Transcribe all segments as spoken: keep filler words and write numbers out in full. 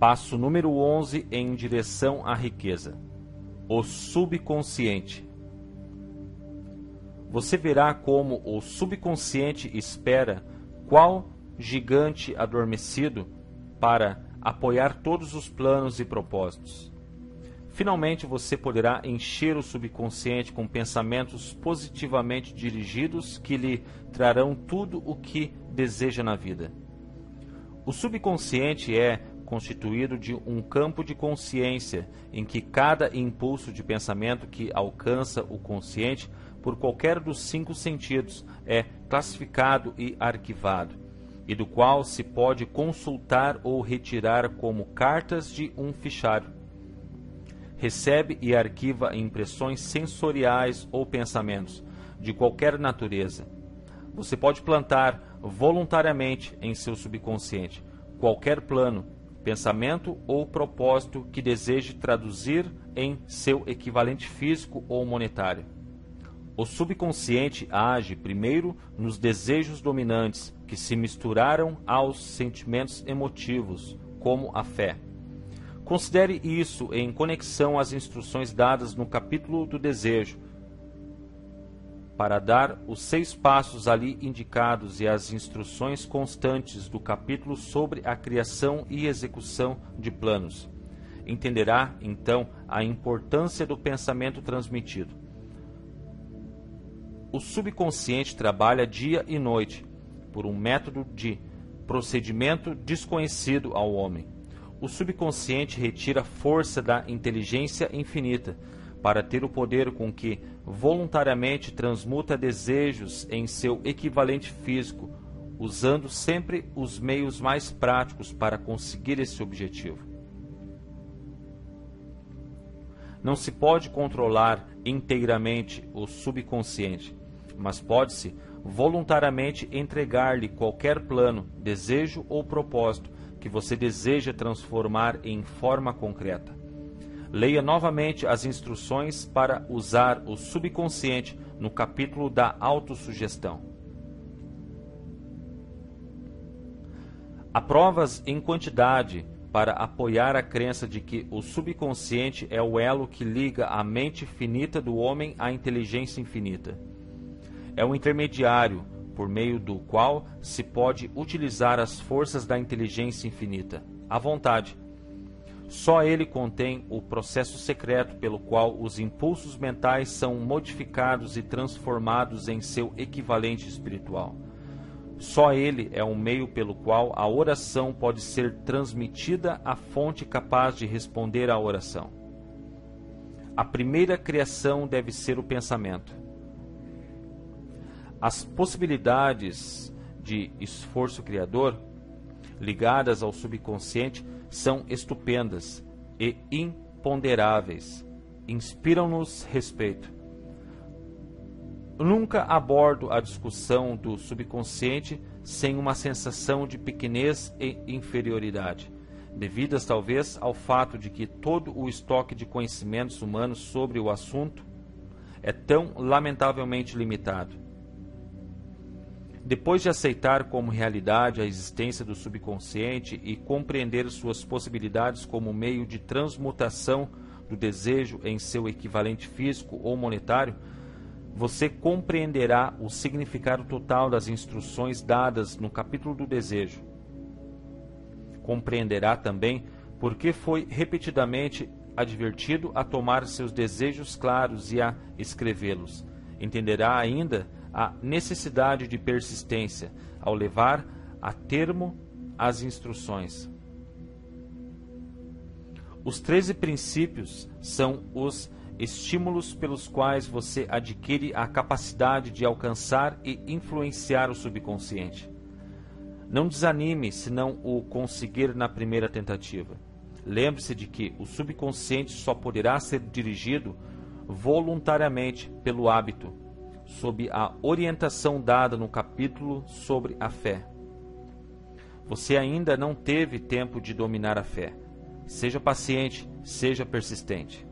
Passo número onze em direção à riqueza. O subconsciente. Você verá como o subconsciente espera qual gigante adormecido para apoiar todos os planos e propósitos. Finalmente você poderá encher o subconsciente com pensamentos positivamente dirigidos que lhe trarão tudo o que deseja na vida. O subconsciente é constituído de um campo de consciência em que cada impulso de pensamento que alcança o consciente por qualquer dos cinco sentidos é classificado e arquivado, e do qual se pode consultar ou retirar como cartas de um fichário. Recebe e arquiva impressões sensoriais ou pensamentos de qualquer natureza. Você pode plantar voluntariamente em seu subconsciente qualquer plano, pensamento ou propósito que deseje traduzir em seu equivalente físico ou monetário. O subconsciente age primeiro nos desejos dominantes que se misturaram aos sentimentos emotivos, como a fé. Considere isso em conexão às instruções dadas no capítulo do desejo, para dar os seis passos ali indicados e as instruções constantes do capítulo sobre a criação e execução de planos. Entenderá, então, a importância do pensamento transmitido. O subconsciente trabalha dia e noite por um método de procedimento desconhecido ao homem. O subconsciente retira força da inteligência infinita para ter o poder com que voluntariamente transmuta desejos em seu equivalente físico, usando sempre os meios mais práticos para conseguir esse objetivo. Não se pode controlar inteiramente o subconsciente, mas pode-se voluntariamente entregar-lhe qualquer plano, desejo ou propósito que você deseja transformar em forma concreta. Leia novamente as instruções para usar o subconsciente no capítulo da autossugestão. Há provas em quantidade para apoiar a crença de que o subconsciente é o elo que liga a mente finita do homem à inteligência infinita. É o intermediário por meio do qual se pode utilizar as forças da inteligência infinita, à vontade. Só ele contém o processo secreto pelo qual os impulsos mentais são modificados e transformados em seu equivalente espiritual. Só ele é o meio pelo qual a oração pode ser transmitida à fonte capaz de responder à oração. A primeira criação deve ser o pensamento. As possibilidades de esforço criador ligadas ao subconsciente são estupendas e imponderáveis. Inspiram-nos respeito. Nunca abordo a discussão do subconsciente sem uma sensação de pequenez e inferioridade, devidas talvez ao fato de que todo o estoque de conhecimentos humanos sobre o assunto é tão lamentavelmente limitado. Depois de aceitar como realidade a existência do subconsciente e compreender suas possibilidades como meio de transmutação do desejo em seu equivalente físico ou monetário, você compreenderá o significado total das instruções dadas no capítulo do desejo. Compreenderá também por que foi repetidamente advertido a tomar seus desejos claros e a escrevê-los. Entenderá ainda a necessidade de persistência ao levar a termo as instruções. Os treze princípios são os estímulos pelos quais você adquire a capacidade de alcançar e influenciar o subconsciente. Não desanime se não o conseguir na primeira tentativa. Lembre-se de que o subconsciente só poderá ser dirigido voluntariamente pelo hábito, sob a orientação dada no capítulo sobre a fé. Você ainda não teve tempo de dominar a fé. Seja paciente, seja persistente.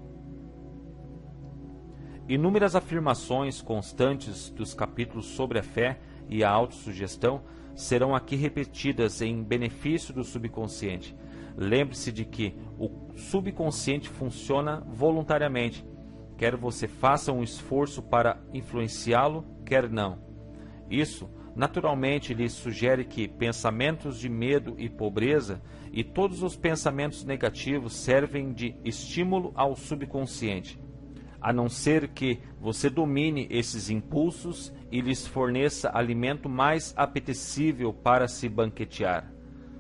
Inúmeras afirmações constantes dos capítulos sobre a fé e a autossugestão serão aqui repetidas em benefício do subconsciente. Lembre-se de que o subconsciente funciona voluntariamente, quer você faça um esforço para influenciá-lo, quer não. Isso, naturalmente, lhe sugere que pensamentos de medo e pobreza e todos os pensamentos negativos servem de estímulo ao subconsciente, a não ser que você domine esses impulsos e lhes forneça alimento mais apetecível para se banquetear.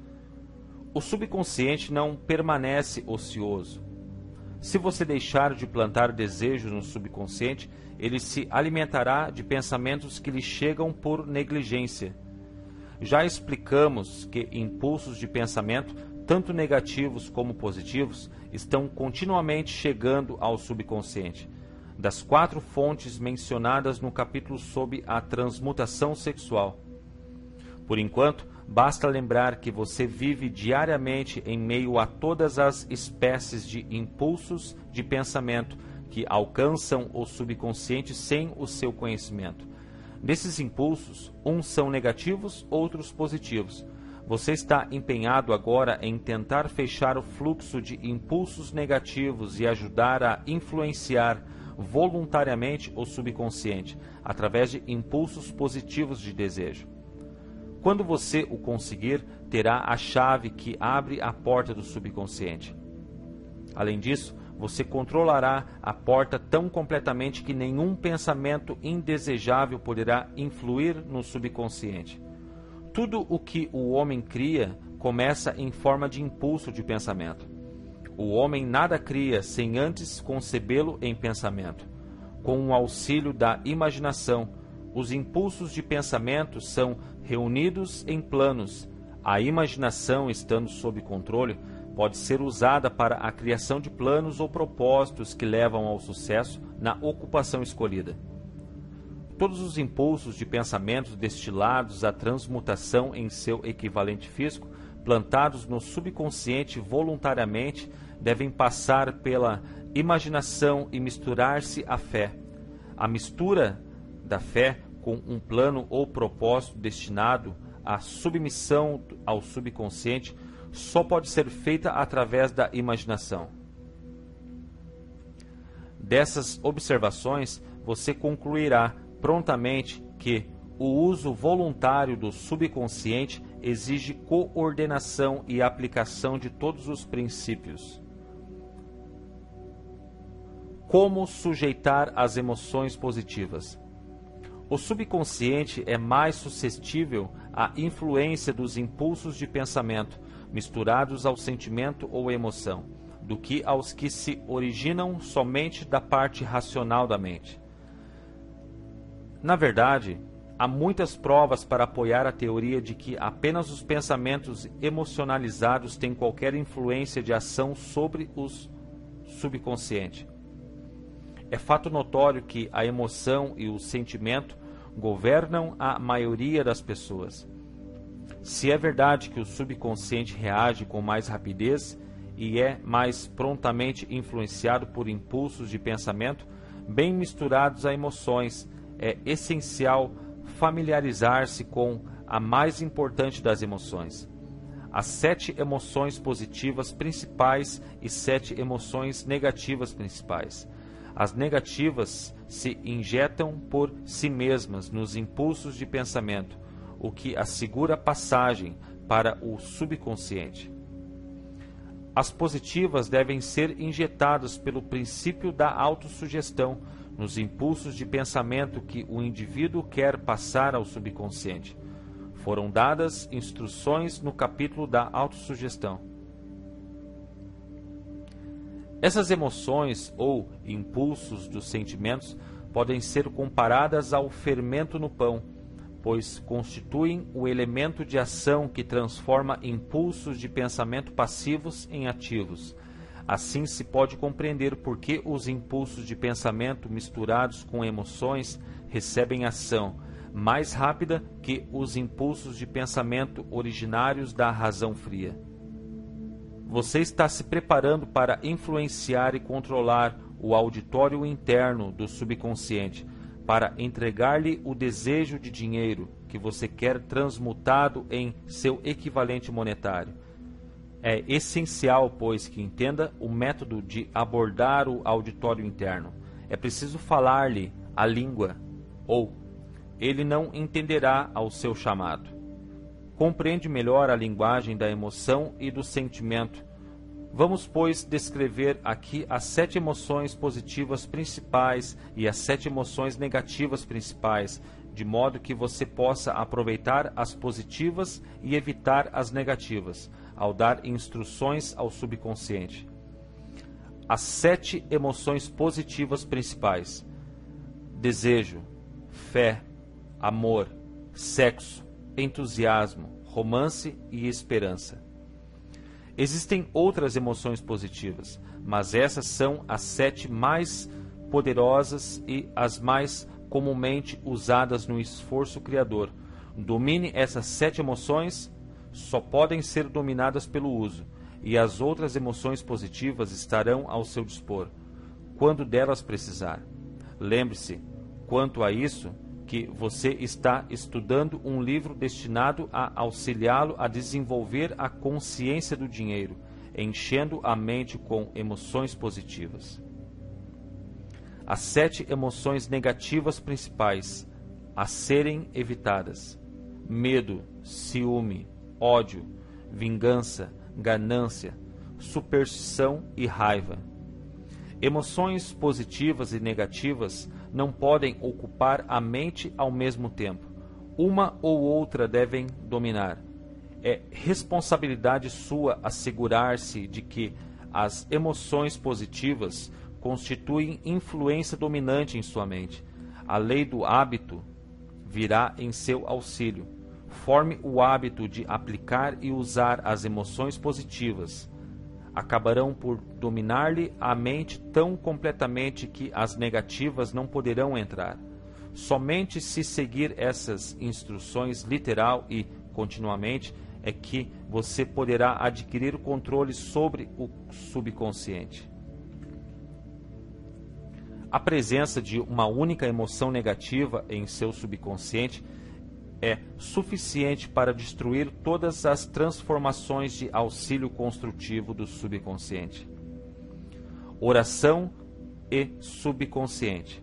O subconsciente não permanece ocioso. Se você deixar de plantar desejos no subconsciente, ele se alimentará de pensamentos que lhe chegam por negligência. Já explicamos que impulsos de pensamento, tanto negativos como positivos, estão continuamente chegando ao subconsciente, das quatro fontes mencionadas no capítulo sobre a transmutação sexual. Por enquanto, basta lembrar que você vive diariamente em meio a todas as espécies de impulsos de pensamento que alcançam o subconsciente sem o seu conhecimento. Desses impulsos, uns são negativos, outros positivos. Você está empenhado agora em tentar fechar o fluxo de impulsos negativos e ajudar a influenciar voluntariamente o subconsciente, através de impulsos positivos de desejo. Quando você o conseguir, terá a chave que abre a porta do subconsciente. Além disso, você controlará a porta tão completamente que nenhum pensamento indesejável poderá influir no subconsciente. Tudo o que o homem cria começa em forma de impulso de pensamento. O homem nada cria sem antes concebê-lo em pensamento. Com o auxílio da imaginação, os impulsos de pensamento são reunidos em planos. A imaginação, estando sob controle, pode ser usada para a criação de planos ou propósitos que levam ao sucesso na ocupação escolhida. Todos os impulsos de pensamentos destilados à transmutação em seu equivalente físico, plantados no subconsciente voluntariamente, devem passar pela imaginação e misturar-se à fé. A mistura da fé com um plano ou propósito destinado à submissão ao subconsciente só pode ser feita através da imaginação. Dessas observações, você concluirá prontamente que o uso voluntário do subconsciente exige coordenação e aplicação de todos os princípios. Como sujeitar as emoções positivas? O subconsciente é mais suscetível à influência dos impulsos de pensamento, misturados ao sentimento ou emoção, do que aos que se originam somente da parte racional da mente. Na verdade, há muitas provas para apoiar a teoria de que apenas os pensamentos emocionalizados têm qualquer influência de ação sobre o subconsciente. É fato notório que a emoção e o sentimento governam a maioria das pessoas. Se é verdade que o subconsciente reage com mais rapidez e é mais prontamente influenciado por impulsos de pensamento bem misturados a emoções, é essencial familiarizar-se com a mais importante das emoções. As sete emoções positivas principais e sete emoções negativas principais. As negativas se injetam por si mesmas nos impulsos de pensamento, o que assegura passagem para o subconsciente. As positivas devem ser injetadas pelo princípio da autossugestão nos impulsos de pensamento que o indivíduo quer passar ao subconsciente. Foram dadas instruções no capítulo da autossugestão. Essas emoções ou impulsos dos sentimentos podem ser comparadas ao fermento no pão, pois constituem o elemento de ação que transforma impulsos de pensamento passivos em ativos. Assim se pode compreender por que os impulsos de pensamento misturados com emoções recebem ação mais rápida que os impulsos de pensamento originários da razão fria. Você está se preparando para influenciar e controlar o auditório interno do subconsciente, para entregar-lhe o desejo de dinheiro, que você quer transmutado em seu equivalente monetário. É essencial, pois, que entenda o método de abordar o auditório interno. É preciso falar-lhe a língua, ou ele não entenderá ao seu chamado. Compreende melhor a linguagem da emoção e do sentimento. Vamos, pois, descrever aqui as sete emoções positivas principais e as sete emoções negativas principais, de modo que você possa aproveitar as positivas e evitar as negativas, ao dar instruções ao subconsciente. As sete emoções positivas principais: desejo, fé, amor, sexo, entusiasmo, romance e esperança. Existem outras emoções positivas, mas essas são as sete mais poderosas e as mais comumente usadas no esforço criador. Domine essas sete emoções, só podem ser dominadas pelo uso, e as outras emoções positivas estarão ao seu dispor, quando delas precisar. Lembre-se, quanto a isso, que você está estudando um livro destinado a auxiliá-lo a desenvolver a consciência do dinheiro, enchendo a mente com emoções positivas. As sete emoções negativas principais a serem evitadas: medo, ciúme, ódio, vingança, ganância, superstição e raiva. Emoções positivas e negativas não podem ocupar a mente ao mesmo tempo. Uma ou outra devem dominar. É responsabilidade sua assegurar-se de que as emoções positivas constituem influência dominante em sua mente. A lei do hábito virá em seu auxílio. Forme o hábito de aplicar e usar as emoções positivas. Acabarão por dominar-lhe a mente tão completamente que as negativas não poderão entrar. Somente se seguir essas instruções literal e continuamente é que você poderá adquirir o controle sobre o subconsciente. A presença de uma única emoção negativa em seu subconsciente é suficiente para destruir todas as transformações de auxílio construtivo do subconsciente. Oração e subconsciente.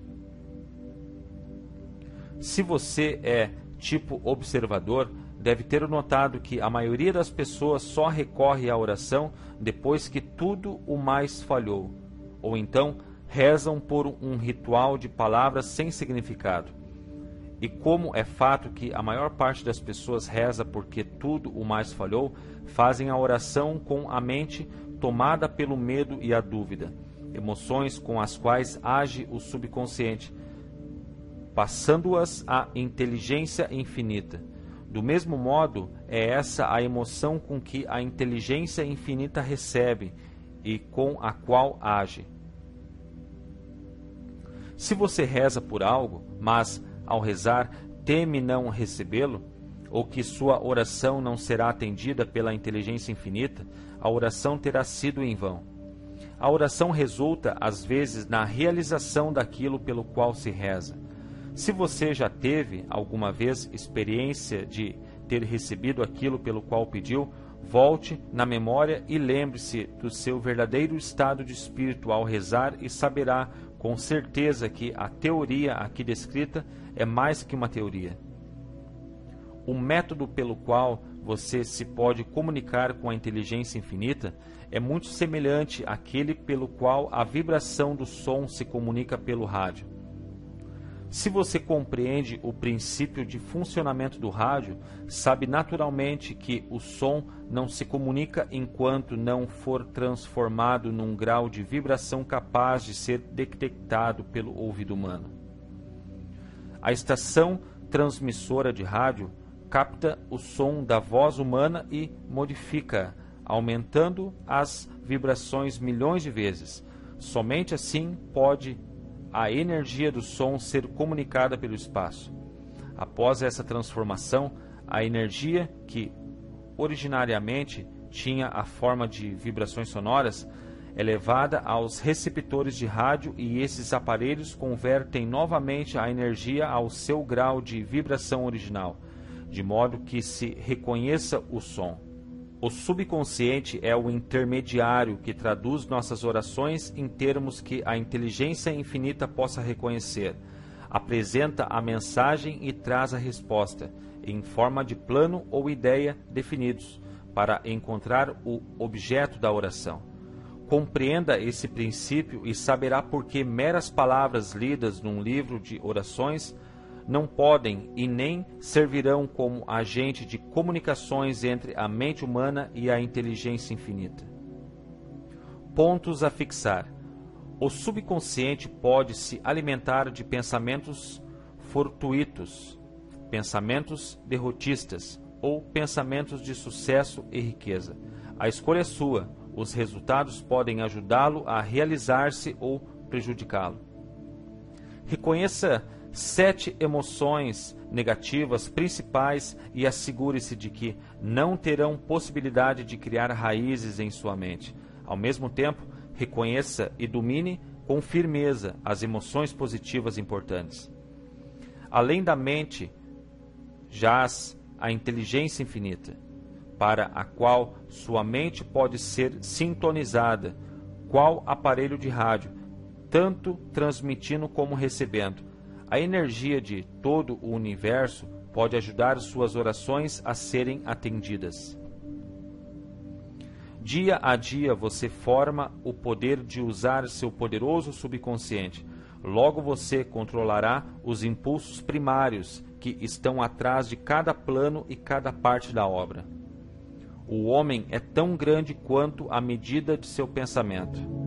Se você é tipo observador, deve ter notado que a maioria das pessoas só recorre à oração depois que tudo o mais falhou, ou então rezam por um ritual de palavras sem significado. E como é fato que a maior parte das pessoas reza porque tudo o mais falhou, fazem a oração com a mente tomada pelo medo e a dúvida, emoções com as quais age o subconsciente, passando-as à inteligência infinita. Do mesmo modo, é essa a emoção com que a inteligência infinita recebe e com a qual age. Se você reza por algo, mas ao rezar teme não recebê-lo, ou que sua oração não será atendida pela inteligência infinita, a oração terá sido em vão. A oração resulta, às vezes, na realização daquilo pelo qual se reza. Se você já teve, alguma vez, experiência de ter recebido aquilo pelo qual pediu, volte na memória e lembre-se do seu verdadeiro estado de espírito ao rezar e saberá com certeza que a teoria aqui descrita é mais que uma teoria. O método pelo qual você se pode comunicar com a inteligência infinita é muito semelhante àquele pelo qual a vibração do som se comunica pelo rádio. Se você compreende o princípio de funcionamento do rádio, sabe naturalmente que o som não se comunica enquanto não for transformado num grau de vibração capaz de ser detectado pelo ouvido humano. A estação transmissora de rádio capta o som da voz humana e modifica, aumentando as vibrações milhões de vezes. Somente assim pode a energia do som ser comunicada pelo espaço. Após essa transformação, a energia, que originariamente tinha a forma de vibrações sonoras, é levada aos receptores de rádio e esses aparelhos convertem novamente a energia ao seu grau de vibração original. de modo que se reconheça o som. O subconsciente é o intermediário que traduz nossas orações em termos que a inteligência infinita possa reconhecer, apresenta a mensagem e traz a resposta, em forma de plano ou ideia definidos, para encontrar o objeto da oração. Compreenda esse princípio e saberá por que meras palavras lidas num livro de orações não podem e nem servirão como agente de comunicações entre a mente humana e a inteligência infinita. Pontos a fixar. O subconsciente pode se alimentar de pensamentos fortuitos, pensamentos derrotistas ou pensamentos de sucesso e riqueza. A escolha é sua. Os resultados podem ajudá-lo a realizar-se ou prejudicá-lo. Reconheça sete emoções negativas principais e assegure-se de que não terão possibilidade de criar raízes em sua mente. Ao mesmo tempo, reconheça e domine com firmeza as emoções positivas importantes. Além da mente, jaz a inteligência infinita, para a qual sua mente pode ser sintonizada, qual aparelho de rádio, tanto transmitindo como recebendo. A energia de todo o universo pode ajudar suas orações a serem atendidas. Dia a dia você forma o poder de usar seu poderoso subconsciente. Logo você controlará os impulsos primários que estão atrás de cada plano e cada parte da obra. O homem é tão grande quanto a medida de seu pensamento.